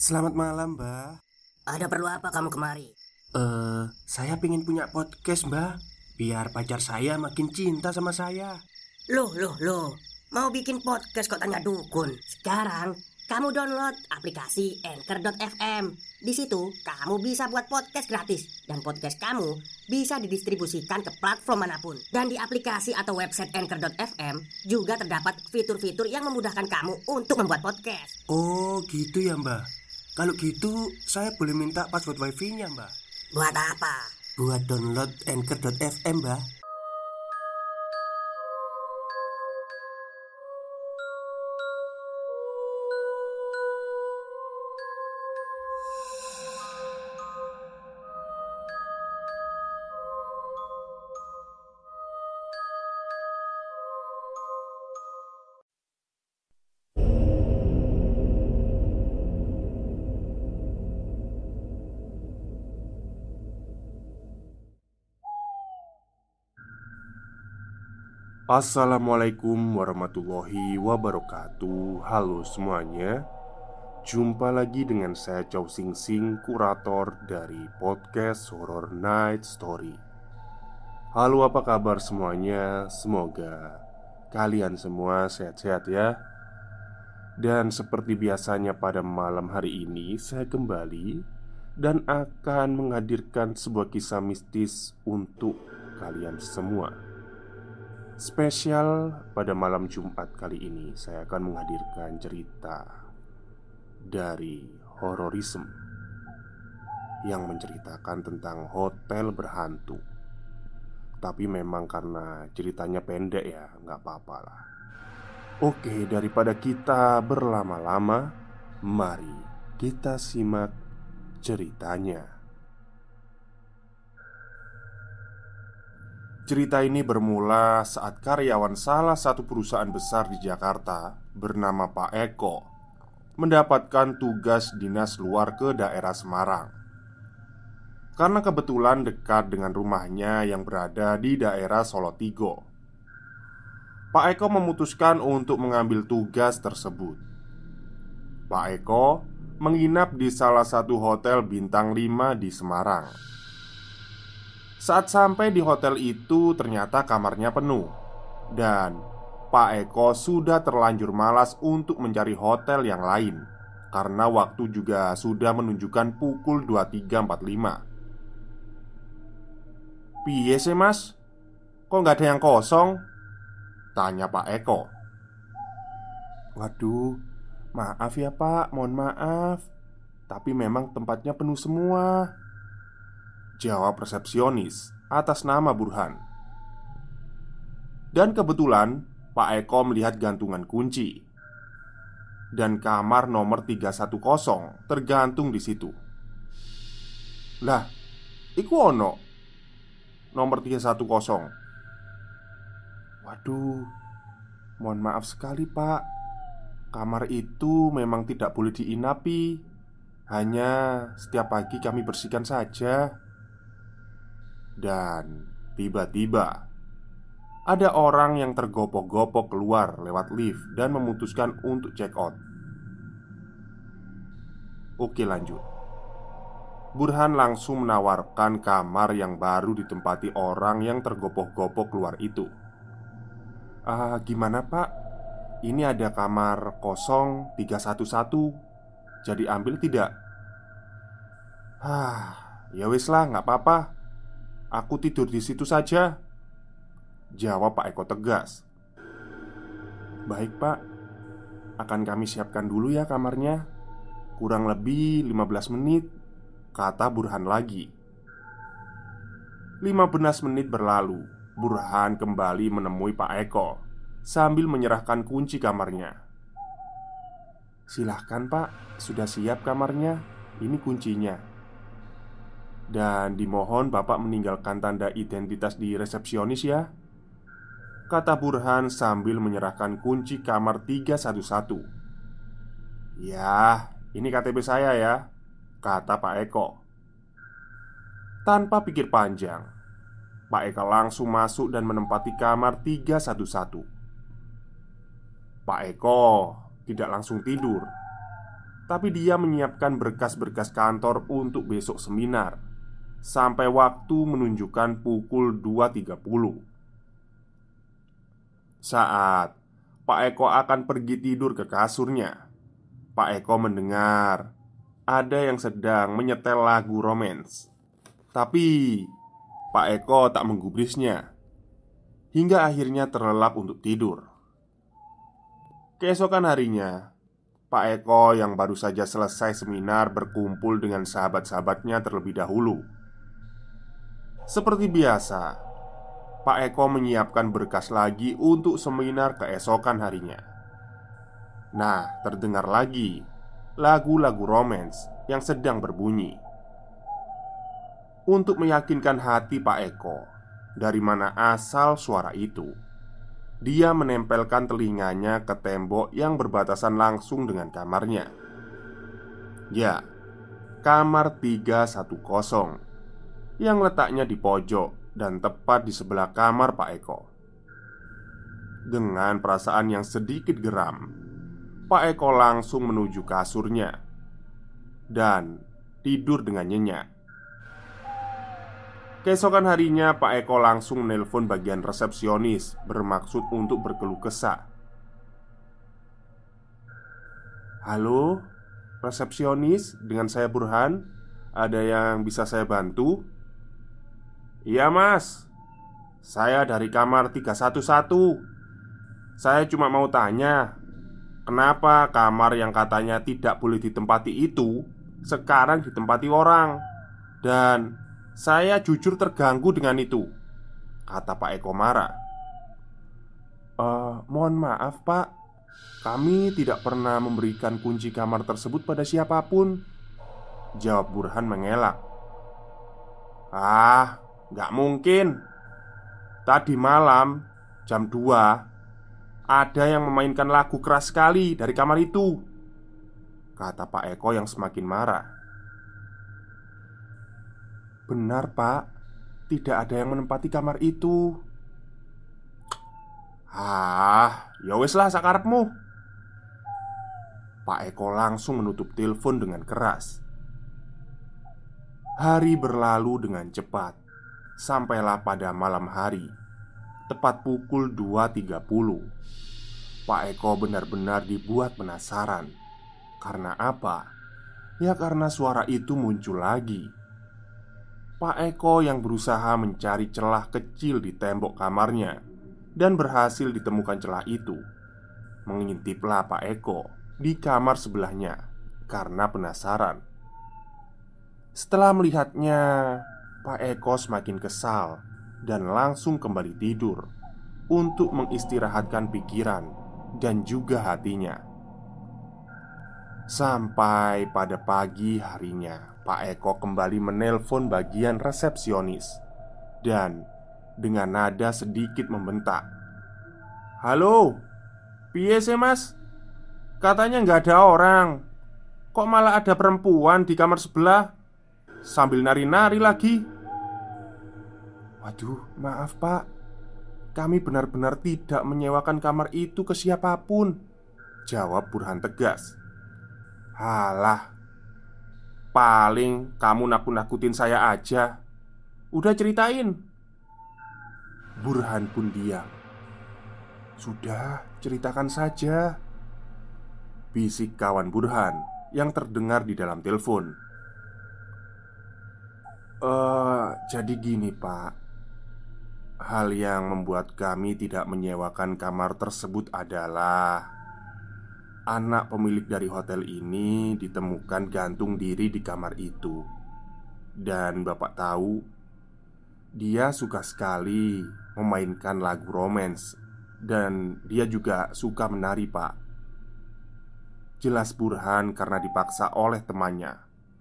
Selamat malam, Mbak. Ada perlu apa kamu kemari? Saya pengen punya podcast, Mbak. Biar pacar saya makin cinta sama saya. Loh. Mau bikin podcast kok tanya dukun? Sekarang kamu download aplikasi Anchor.fm. Di situ kamu bisa buat podcast gratis. Dan podcast kamu bisa didistribusikan ke platform manapun. Dan di aplikasi atau website Anchor.fm juga terdapat fitur-fitur yang memudahkan kamu untuk membuat podcast. Oh, gitu ya, Mbak. Kalau gitu, saya boleh minta password wifi-nya, Mbak. Buat apa? Buat download Anchor.fm, Mbak. Assalamualaikum warahmatullahi wabarakatuh. Halo semuanya. Jumpa lagi dengan saya Chow Sing Sing, kurator dari podcast Horror Night Story. Halo, apa kabar semuanya? Semoga kalian semua sehat-sehat ya. Dan seperti biasanya pada malam hari ini saya kembali dan akan menghadirkan sebuah kisah mistis untuk kalian semua. Spesial pada malam Jumat kali ini, saya akan menghadirkan cerita dari hororisme yang menceritakan tentang hotel berhantu. Tapi memang karena ceritanya pendek ya, nggak apa-apa lah. Oke, daripada kita berlama-lama, mari kita simak ceritanya. Cerita ini bermula saat karyawan salah satu perusahaan besar di Jakarta bernama Pak Eko mendapatkan tugas dinas luar ke daerah Semarang. Karena kebetulan dekat dengan rumahnya yang berada di daerah Solotigo, Pak Eko memutuskan untuk mengambil tugas tersebut. Pak Eko menginap di salah satu hotel bintang 5 di Semarang. Saat sampai di hotel itu, ternyata kamarnya penuh. Dan Pak Eko sudah terlanjur malas untuk mencari hotel yang lain, karena waktu juga sudah menunjukkan pukul 23.45. "Piye sih mas? Kok nggak ada yang kosong?" tanya Pak Eko. "Waduh, maaf ya pak, mohon maaf. Tapi memang tempatnya penuh semua," jawab resepsionis atas nama Burhan. Dan kebetulan Pak Eko melihat gantungan kunci dan kamar nomor 310 tergantung di situ. "Lah, iku ono nomor 310. "Waduh, mohon maaf sekali pak. Kamar itu memang tidak boleh diinapi. Hanya setiap pagi kami bersihkan saja." Dan tiba-tiba ada orang yang tergopok-gopok keluar lewat lift dan memutuskan untuk check out. Oke, lanjut. Burhan langsung menawarkan kamar yang baru ditempati orang yang tergopok-gopok keluar itu. Gimana pak? Ini ada kamar kosong 311. Jadi ambil tidak?" Ya wis lah, nggak apa-apa. Aku tidur di situ saja," jawab Pak Eko tegas. "Baik pak, akan kami siapkan dulu ya kamarnya. Kurang lebih 15 menit," kata Burhan lagi. 15 menit berlalu. Burhan kembali menemui Pak Eko sambil menyerahkan kunci kamarnya. "Silahkan pak, sudah siap kamarnya. Ini kuncinya. Dan dimohon bapak meninggalkan tanda identitas di resepsionis ya," kata Burhan sambil menyerahkan kunci kamar 311. "Ya, ini KTP saya ya," kata Pak Eko. Tanpa pikir panjang, Pak Eko langsung masuk dan menempati kamar 311. Pak Eko tidak langsung tidur. tapi dia menyiapkan berkas-berkas kantor untuk besok seminar sampai waktu menunjukkan pukul 2.30. Saat Pak Eko akan pergi tidur ke kasurnya, Pak Eko mendengar ada yang sedang menyetel lagu romance. Tapi Pak Eko tak menggubrisnya hingga akhirnya terlelap untuk tidur. Keesokan harinya, Pak Eko yang baru saja selesai seminar berkumpul dengan sahabat-sahabatnya terlebih dahulu. Seperti biasa, Pak Eko menyiapkan berkas lagi untuk seminar keesokan harinya. Nah, terdengar lagi lagu-lagu romance yang sedang berbunyi. Untuk meyakinkan hati Pak Eko dari mana asal suara itu, dia menempelkan telinganya ke tembok yang berbatasan langsung dengan kamarnya. Ya, kamar 310 yang letaknya di pojok dan tepat di sebelah kamar Pak Eko. Dengan perasaan yang sedikit geram, Pak Eko langsung menuju kasurnya dan tidur dengan nyenyak. Keesokan harinya Pak Eko langsung menelpon bagian resepsionis bermaksud untuk berkeluh kesah. "Halo, resepsionis, dengan saya Burhan. Ada yang bisa saya bantu?" "Iya mas, saya dari kamar 311. Saya cuma mau tanya, kenapa kamar yang katanya tidak boleh ditempati itu sekarang ditempati orang? Dan saya jujur terganggu dengan itu," kata Pak Eko marah. Mohon maaf pak, kami tidak pernah memberikan kunci kamar tersebut pada siapapun," jawab Burhan mengelak. "Ah, nggak mungkin. Tadi malam jam 2 ada yang memainkan lagu keras sekali dari kamar itu," kata Pak Eko yang semakin marah. "Benar pak, tidak ada yang menempati kamar itu." "Ah, ya wis lah sakarepmu." Pak Eko langsung menutup telepon dengan keras. Hari berlalu dengan cepat. Sampailah pada malam hari, tepat pukul 2.30. Pak Eko benar-benar dibuat penasaran. Karena apa? Ya karena suara itu muncul lagi. Pak Eko yang berusaha mencari celah kecil di tembok kamarnya dan berhasil ditemukan celah itu. Mengintiplah Pak Eko di kamar sebelahnya karena penasaran. Setelah melihatnya, Pak Eko semakin kesal dan langsung kembali tidur untuk mengistirahatkan pikiran dan juga hatinya. Sampai pada pagi harinya, Pak Eko kembali menelpon bagian resepsionis dan dengan nada sedikit membentak, "Halo, piye sih mas? Katanya nggak ada orang. Kok malah ada perempuan di kamar sebelah sambil nari-nari lagi?" "Waduh, maaf pak, kami benar-benar tidak menyewakan kamar itu ke siapapun," jawab Burhan tegas. "Halah, paling kamu nakut-nakutin saya aja. Udah ceritain." Burhan pun diam. "Sudah, ceritakan saja," bisik kawan Burhan yang terdengar di dalam telepon. Jadi gini pak, hal yang membuat kami tidak menyewakan kamar tersebut adalah anak pemilik dari hotel ini ditemukan gantung diri di kamar itu. Dan bapak tahu, dia suka sekali memainkan lagu romance. Dan dia juga suka menari pak. Jelas Burhan karena dipaksa oleh temannya.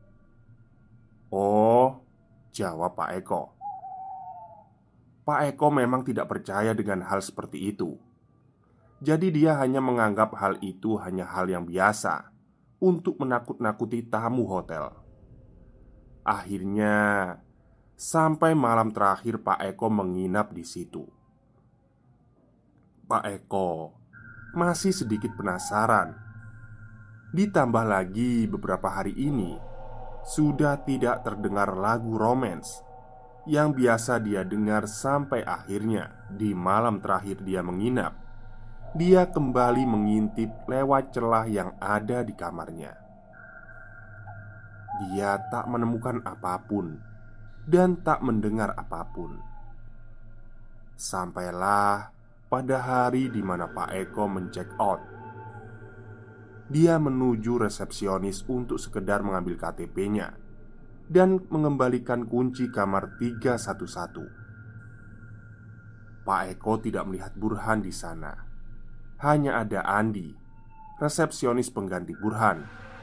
"Oh," jawab Pak Eko. Pak Eko memang tidak percaya dengan hal seperti itu. Jadi dia hanya menganggap hal itu hanya hal yang biasa untuk menakut-nakuti tamu hotel. Akhirnya sampai malam terakhir Pak Eko menginap di situ. Pak Eko masih sedikit penasaran. Ditambah lagi beberapa hari ini sudah tidak terdengar lagu romance yang biasa dia dengar, sampai akhirnya di malam terakhir dia menginap, dia kembali mengintip lewat celah yang ada di kamarnya. Dia tak menemukan apapun dan tak mendengar apapun. Sampailah pada hari di mana Pak Eko men-check out. Dia menuju resepsionis untuk sekedar mengambil KTP-nya dan mengembalikan kunci kamar 311. Pak Eko tidak melihat Burhan di sana. Hanya ada Andi, resepsionis pengganti Burhan.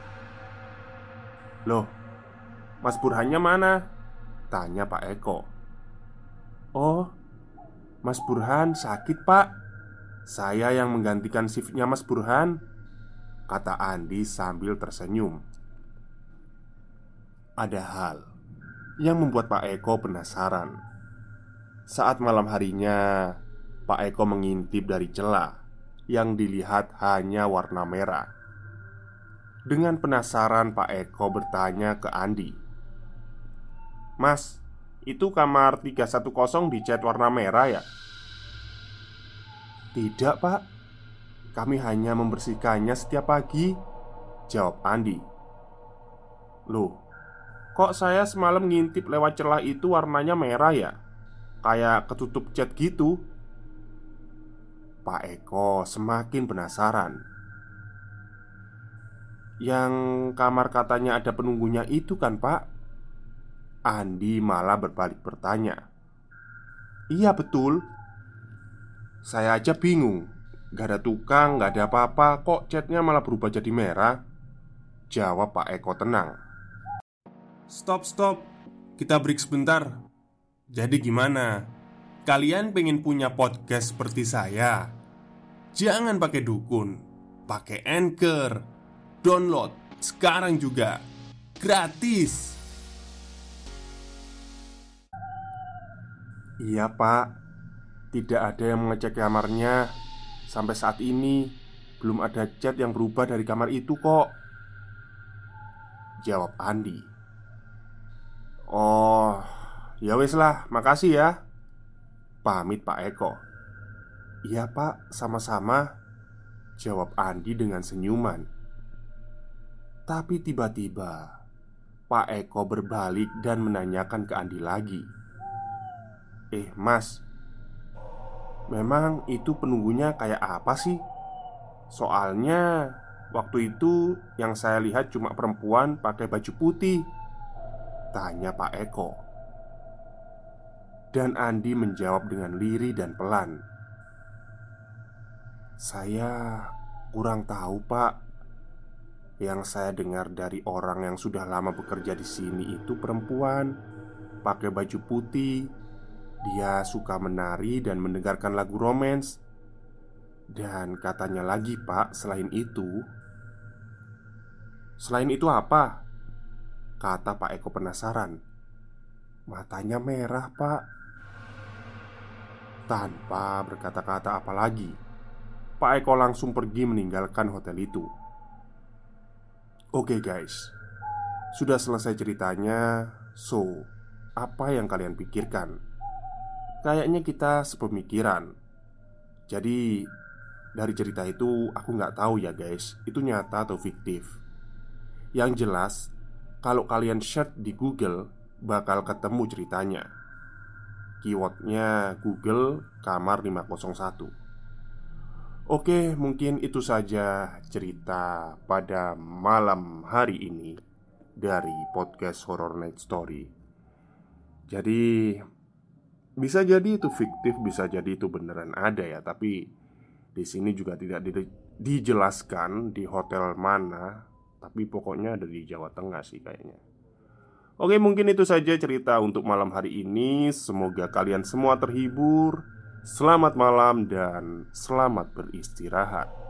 "Loh, Mas Burhannya mana?" tanya Pak Eko. "Oh, Mas Burhan sakit, Pak. Saya yang menggantikan shiftnya Mas Burhan," kata Andi sambil tersenyum. Ada hal yang membuat Pak Eko penasaran. Saat malam harinya, Pak Eko mengintip dari celah yang dilihat hanya warna merah. Dengan penasaran, Pak Eko bertanya ke Andi, "Mas, itu kamar 310 dicat warna merah ya?" "Tidak, Pak. Kami hanya membersihkannya setiap pagi," jawab Andi. "Loh, kok saya semalam ngintip lewat celah itu warnanya merah ya? Kayak ketutup cat gitu." Pak Eko semakin penasaran. "Yang kamar katanya ada penunggunya itu kan, Pak?" Andi malah berbalik bertanya. "Iya, betul. Saya aja bingung. Gak ada tukang, gak ada apa-apa, kok catnya malah berubah jadi merah?" jawab Pak Eko tenang. "Stop, kita break sebentar. Jadi gimana? Kalian pengen punya podcast seperti saya? Jangan pakai dukun, pakai Anchor. Download sekarang juga, gratis." "Iya, Pak. Tidak ada yang mengecek kamarnya. Sampai saat ini belum ada cat yang berubah dari kamar itu kok," jawab Andi. "Oh, ya wes lah, makasih ya," pamit Pak Eko. "Iya, Pak, sama-sama," jawab Andi dengan senyuman. Tapi tiba-tiba Pak Eko berbalik dan menanyakan ke Andi lagi, Mas, memang itu penunggunya kayak apa sih? Soalnya waktu itu yang saya lihat cuma perempuan pakai baju putih," tanya Pak Eko. Dan Andi menjawab dengan lirih dan pelan, "Saya kurang tahu, Pak. Yang saya dengar dari orang yang sudah lama bekerja di sini itu perempuan pakai baju putih. Dia suka menari dan mendengarkan lagu romance. Dan katanya lagi, Pak, selain itu." "Selain itu apa?" kata Pak Eko penasaran. "Matanya merah, Pak." Tanpa berkata-kata apa lagi, Pak Eko langsung pergi meninggalkan hotel itu. Oke guys, sudah selesai ceritanya. So, apa yang kalian pikirkan? Kayaknya kita sepemikiran. Jadi, dari cerita itu aku nggak tahu ya guys, itu nyata atau fiktif. Yang jelas, kalau kalian search di Google, bakal ketemu ceritanya. Keywordnya Google kamar 501. Oke, mungkin itu saja cerita pada malam hari ini dari podcast Horror Night Story. Jadi, bisa jadi itu fiktif, bisa jadi itu beneran ada ya. Tapi di sini juga tidak dijelaskan di hotel mana. Tapi pokoknya ada di Jawa Tengah sih kayaknya. Oke, mungkin itu saja cerita untuk malam hari ini. Semoga kalian semua terhibur. Selamat malam dan selamat beristirahat.